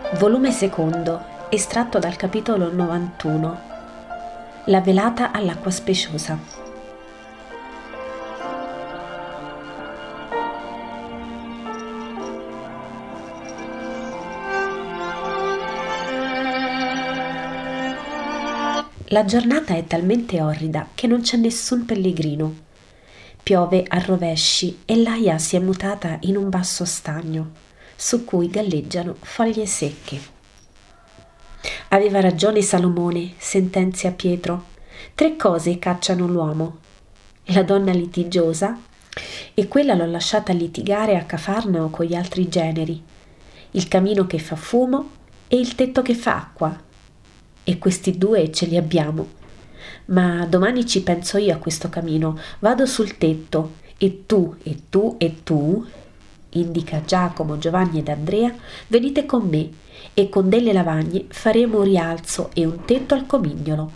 Volume secondo, estratto dal capitolo 91. La velata all'acqua speciosa. La giornata è talmente orrida che non c'è nessun pellegrino. Piove a rovesci e l'aia si è mutata in un basso stagno, su cui galleggiano foglie secche. Aveva ragione Salomone, sentenzia Pietro. 3 cose cacciano l'uomo: la donna litigiosa, e quella l'ho lasciata litigare a Cafarnao con gli altri generi, il camino che fa fumo e il tetto che fa acqua. E questi 2 ce li abbiamo. Ma domani ci penso io a questo camino, vado sul tetto, e tu, e tu, e tu, indica Giacomo, Giovanni ed Andrea, venite con me, e con delle lavagne faremo un rialzo e un tetto al comignolo.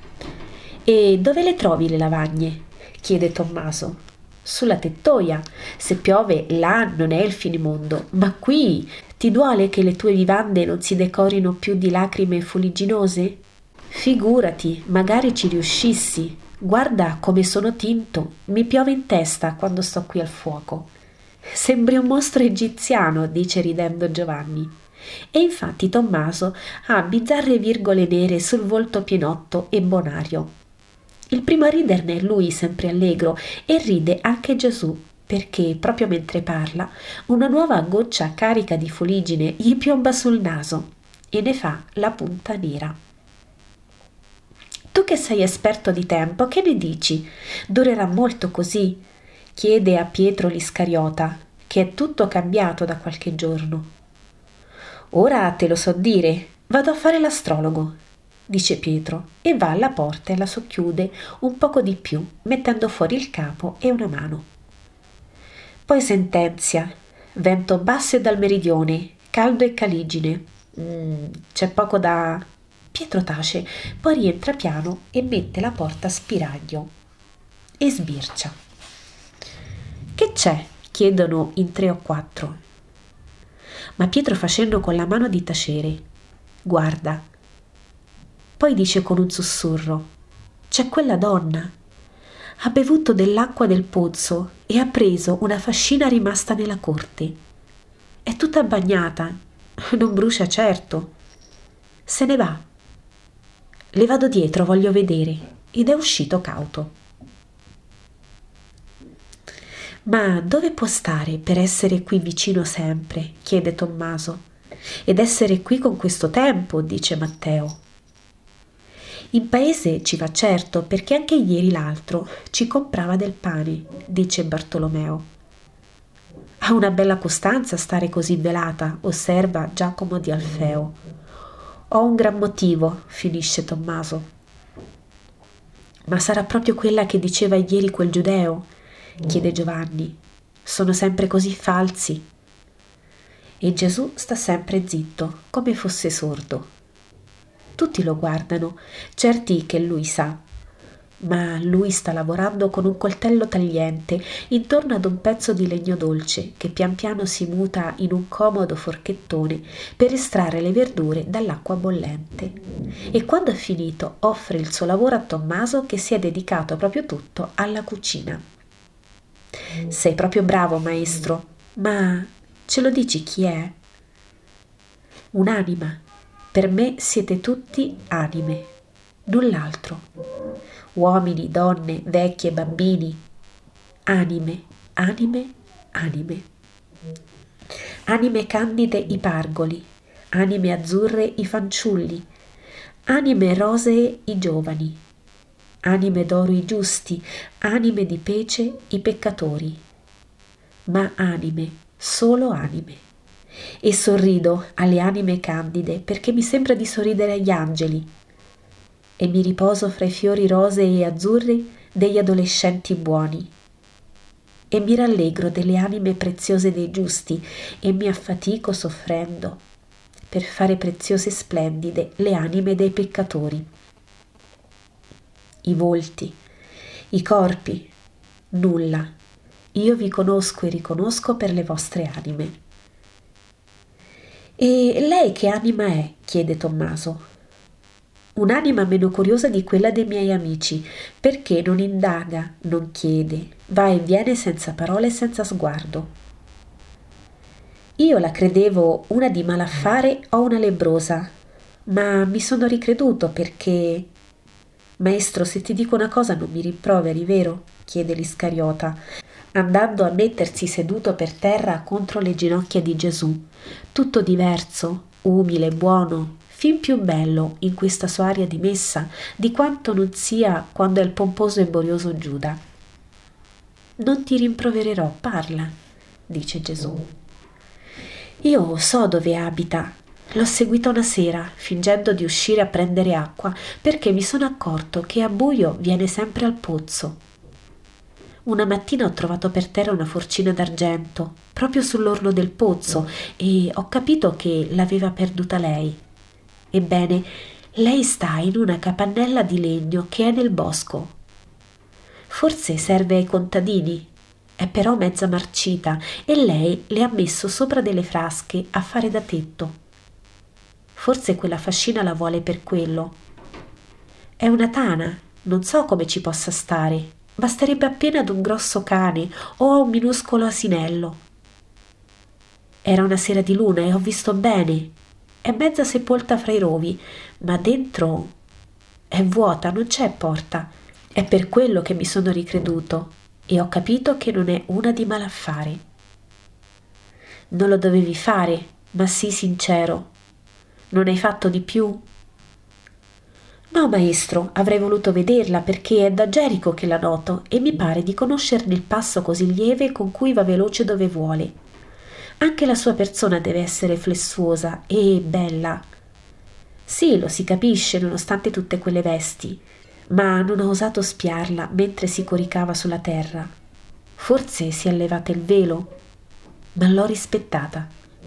E dove le trovi le lavagne? Chiede Tommaso. Sulla tettoia. Se piove là non è il finimondo, ma qui ti duole che le tue vivande non si decorino più di lacrime fuligginose? Figurati, magari ci riuscissi. Guarda come sono tinto, mi piove in testa quando sto qui al fuoco. Sembri un mostro egiziano, dice ridendo Giovanni. E infatti Tommaso ha bizzarre virgole nere sul volto pienotto e bonario. Il primo a riderne è lui, sempre allegro, e ride anche Gesù, perché proprio mentre parla una nuova goccia carica di fuliggine gli piomba sul naso e ne fa la punta nera. Tu che sei esperto di tempo, che ne dici? Durerà molto così? Chiede a Pietro l'Iscariota, che è tutto cambiato da qualche giorno. Ora te lo so dire, vado a fare l'astrologo, dice Pietro, e va alla porta e la socchiude un poco di più, mettendo fuori il capo e una mano. Poi sentenzia: vento basso e dal meridione, caldo e caligine. C'è poco da... Pietro tace, poi rientra piano e mette la porta a spiraglio e sbircia. Che c'è? Chiedono in 3 o 4. Ma Pietro fa cenno con la mano di tacere. Guarda. Poi dice con un sussurro: c'è quella donna. Ha bevuto dell'acqua del pozzo e ha preso una fascina rimasta nella corte. È tutta bagnata, non brucia certo. Se ne va. Le vado dietro, voglio vedere, ed è uscito cauto. Ma dove può stare per essere qui vicino sempre? Chiede Tommaso. Ed essere qui con questo tempo, dice Matteo. In paese ci va certo, perché anche ieri l'altro ci comprava del pane, dice Bartolomeo. Ha una bella costanza stare così velata, osserva Giacomo di Alfeo. Ho un gran motivo, finisce Tommaso. Ma sarà proprio quella che diceva ieri quel giudeo? Chiede Giovanni. Sono sempre così falsi. E Gesù sta sempre zitto, come fosse sordo. Tutti lo guardano, certi che lui sa, ma lui sta lavorando con un coltello tagliente intorno ad un pezzo di legno dolce che pian piano si muta in un comodo forchettone per estrarre le verdure dall'acqua bollente. E quando ha finito offre il suo lavoro a Tommaso, che si è dedicato proprio tutto alla cucina. Sei proprio bravo, maestro, ma ce lo dici chi è? Un'anima. Per me siete tutti anime, null'altro. Uomini, donne, vecchi e bambini. Anime, anime, anime. Anime candide i pargoli, anime azzurre i fanciulli, anime rosee i giovani, anime d'oro i giusti, anime di pece i peccatori. Ma anime, solo anime. E sorrido alle anime candide perché mi sembra di sorridere agli angeli, e mi riposo fra i fiori rosei e azzurri degli adolescenti buoni, e mi rallegro delle anime preziose dei giusti, e mi affatico soffrendo per fare preziose e splendide le anime dei peccatori. I volti, i corpi, nulla. Io vi conosco e riconosco per le vostre anime. E lei che anima è? Chiede Tommaso. Un'anima meno curiosa di quella dei miei amici, perché non indaga, non chiede, va e viene senza parole e senza sguardo. Io la credevo una di malaffare o una lebbrosa, ma mi sono ricreduto perché... Maestro, se ti dico una cosa non mi rimproveri, vero? Chiede l'Iscariota, andando a mettersi seduto per terra contro le ginocchia di Gesù, tutto diverso, umile, buono, fin più bello in questa sua aria di messa di quanto non sia quando è il pomposo e borioso Giuda. Non ti rimprovererò, parla, dice Gesù. Io so dove abita. L'ho seguita una sera, fingendo di uscire a prendere acqua, perché mi sono accorto che a buio viene sempre al pozzo. Una mattina ho trovato per terra una forcina d'argento, proprio sull'orlo del pozzo, e ho capito che l'aveva perduta lei. Ebbene, lei sta in una capannella di legno che è nel bosco. Forse serve ai contadini, è però mezza marcita e lei le ha messo sopra delle frasche a fare da tetto. Forse quella fascina la vuole per quello. È una tana, non so come ci possa stare, basterebbe appena ad un grosso cane o a un minuscolo asinello. Era una sera di luna e ho visto bene. È mezza sepolta fra i rovi, ma dentro è vuota, non c'è porta. È per quello che mi sono ricreduto e ho capito che non è una di malaffare. Non lo dovevi fare, ma sii sincero. Non hai fatto di più? No, maestro, avrei voluto vederla perché è da Gerico che la noto e mi pare di conoscerne il passo così lieve con cui va veloce dove vuole. Anche la sua persona deve essere flessuosa e bella. Sì, lo si capisce nonostante tutte quelle vesti, ma non ho osato spiarla mentre si coricava sulla terra. Forse si è levata il velo, ma l'ho rispettata.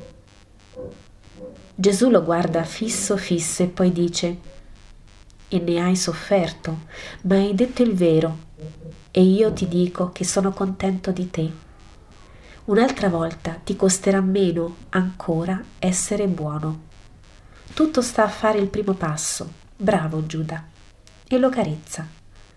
Gesù lo guarda fisso fisso e poi dice: e ne hai sofferto, ma hai detto il vero, e io ti dico che sono contento di te. Un'altra volta ti costerà meno ancora essere buono. Tutto sta a fare il primo passo. Bravo Giuda. E lo carezza.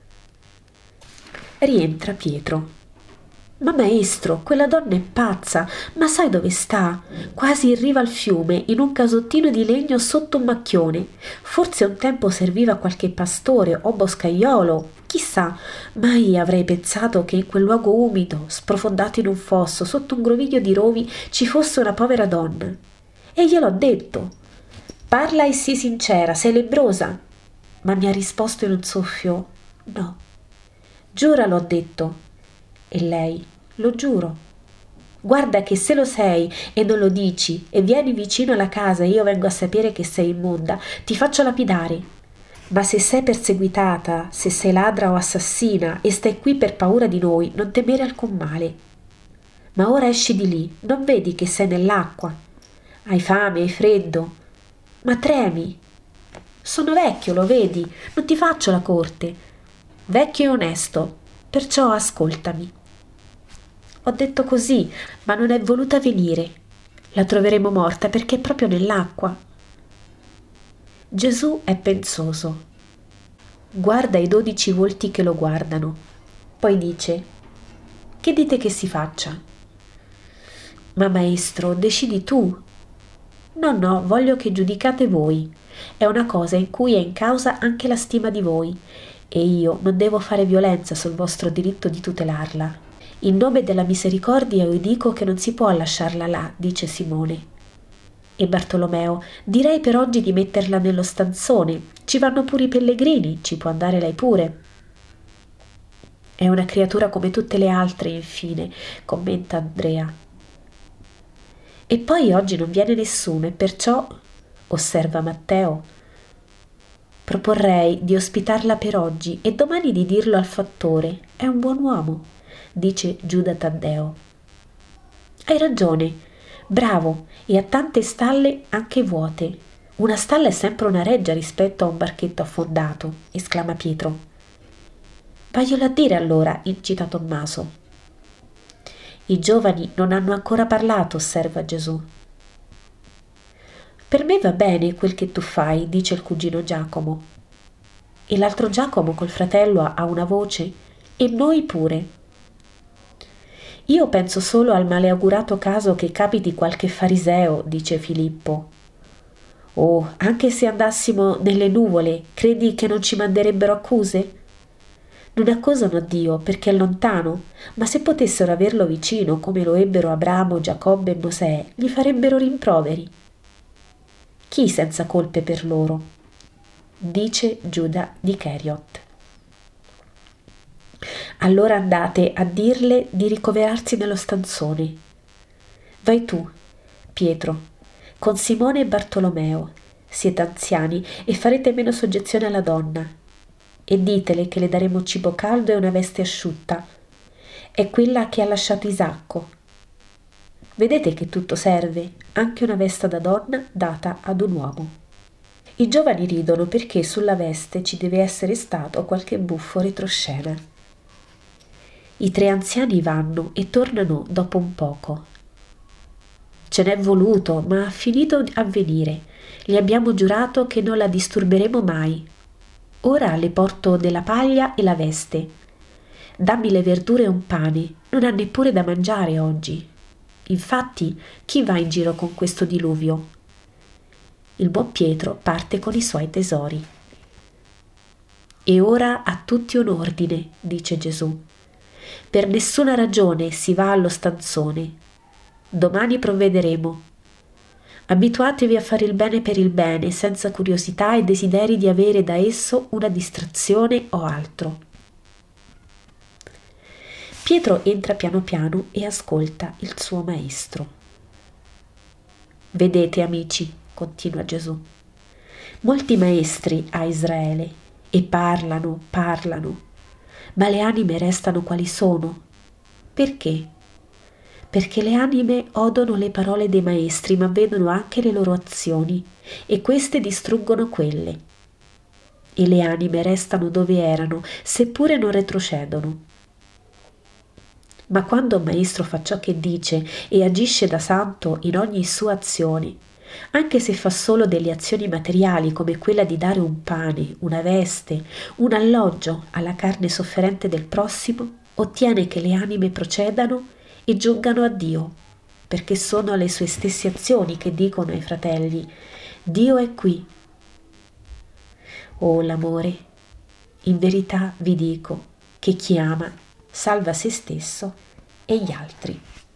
Rientra Pietro. Ma maestro, quella donna è pazza, ma sai dove sta? Quasi in riva al fiume, in un casottino di legno sotto un macchione. Forse un tempo serviva qualche pastore o boscaiolo, chissà, mai avrei pensato che in quel luogo umido, sprofondato in un fosso, sotto un groviglio di rovi, ci fosse una povera donna. E gliel'ho detto. Parla e sii sincera, sei lebbrosa. Ma mi ha risposto in un soffio: no. Giura, l'ho detto. E lei: lo giuro. Guarda che se lo sei e non lo dici e vieni vicino alla casa e io vengo a sapere che sei immonda, ti faccio lapidare. Ma se sei perseguitata, se sei ladra o assassina e stai qui per paura di noi, non temere alcun male. Ma ora esci di lì, non vedi che sei nell'acqua? Hai fame, hai freddo, ma tremi. Sono vecchio, lo vedi, non ti faccio la corte. Vecchio e onesto, perciò ascoltami. Ho detto così, ma non è voluta venire. La troveremo morta perché è proprio nell'acqua. Gesù è pensoso. Guarda i 12 volti che lo guardano. Poi dice: che dite che si faccia? Ma maestro, decidi tu. No, no, voglio che giudicate voi. È una cosa in cui è in causa anche la stima di voi, e io non devo fare violenza sul vostro diritto di tutelarla. In nome della misericordia io dico che non si può lasciarla là, dice Simone. E Bartolomeo: direi per oggi di metterla nello stanzone. Ci vanno pure i pellegrini, ci può andare lei pure. È una creatura come tutte le altre, infine, commenta Andrea. E poi oggi non viene nessuno e perciò, osserva Matteo, proporrei di ospitarla per oggi e domani di dirlo al fattore. È un buon uomo, dice Giuda Taddeo. Hai ragione, bravo, e ha tante stalle anche vuote. Una stalla è sempre una reggia rispetto a un barchetto affondato, esclama Pietro. Vaglielo a dire allora, incita Tommaso. I giovani non hanno ancora parlato, osserva Gesù. Per me va bene quel che tu fai, dice il cugino Giacomo. E l'altro Giacomo col fratello ha una voce, e noi pure. Io penso solo al maleaugurato caso che capiti qualche fariseo, dice Filippo. Oh, anche se andassimo nelle nuvole, credi che non ci manderebbero accuse? Non accusano Dio perché è lontano, ma se potessero averlo vicino come lo ebbero Abramo, Giacobbe e Mosè, gli farebbero rimproveri. Chi senza colpe per loro? Dice Giuda di Cheriot. Allora andate a dirle di ricoverarsi nello stanzone. Vai tu, Pietro, con Simone e Bartolomeo, siete anziani e farete meno soggezione alla donna, e ditele che le daremo cibo caldo e una veste asciutta. È quella che ha lasciato Isacco. Vedete che tutto serve, anche una veste da donna data ad un uomo. I giovani ridono perché sulla veste ci deve essere stato qualche buffo retroscena. I tre anziani vanno e tornano dopo un poco. Ce n'è voluto, ma ha finito a venire. Gli abbiamo giurato che non la disturberemo mai. Ora le porto della paglia e la veste. Dammi le verdure e un pane, non ha neppure da mangiare oggi. Infatti, chi va in giro con questo diluvio? Il buon Pietro parte con i suoi tesori. E ora a tutti un ordine, dice Gesù. Per nessuna ragione si va allo stanzone. Domani provvederemo. Abituatevi a fare il bene per il bene, senza curiosità e desideri di avere da esso una distrazione o altro. Pietro entra piano piano e ascolta il suo maestro. Vedete, amici, continua Gesù, molti maestri ha Israele e parlano, ma le anime restano quali sono. Perché? Perché le anime odono le parole dei maestri, ma vedono anche le loro azioni, e queste distruggono quelle. E le anime restano dove erano, seppure non retrocedono. Ma quando un maestro fa ciò che dice e agisce da santo in ogni sua azione, anche se fa solo delle azioni materiali come quella di dare un pane, una veste, un alloggio alla carne sofferente del prossimo, ottiene che le anime procedano e giungano a Dio, perché sono le sue stesse azioni che dicono ai fratelli: Dio è qui. Oh, l'amore! In verità vi dico che chi ama salva se stesso e gli altri.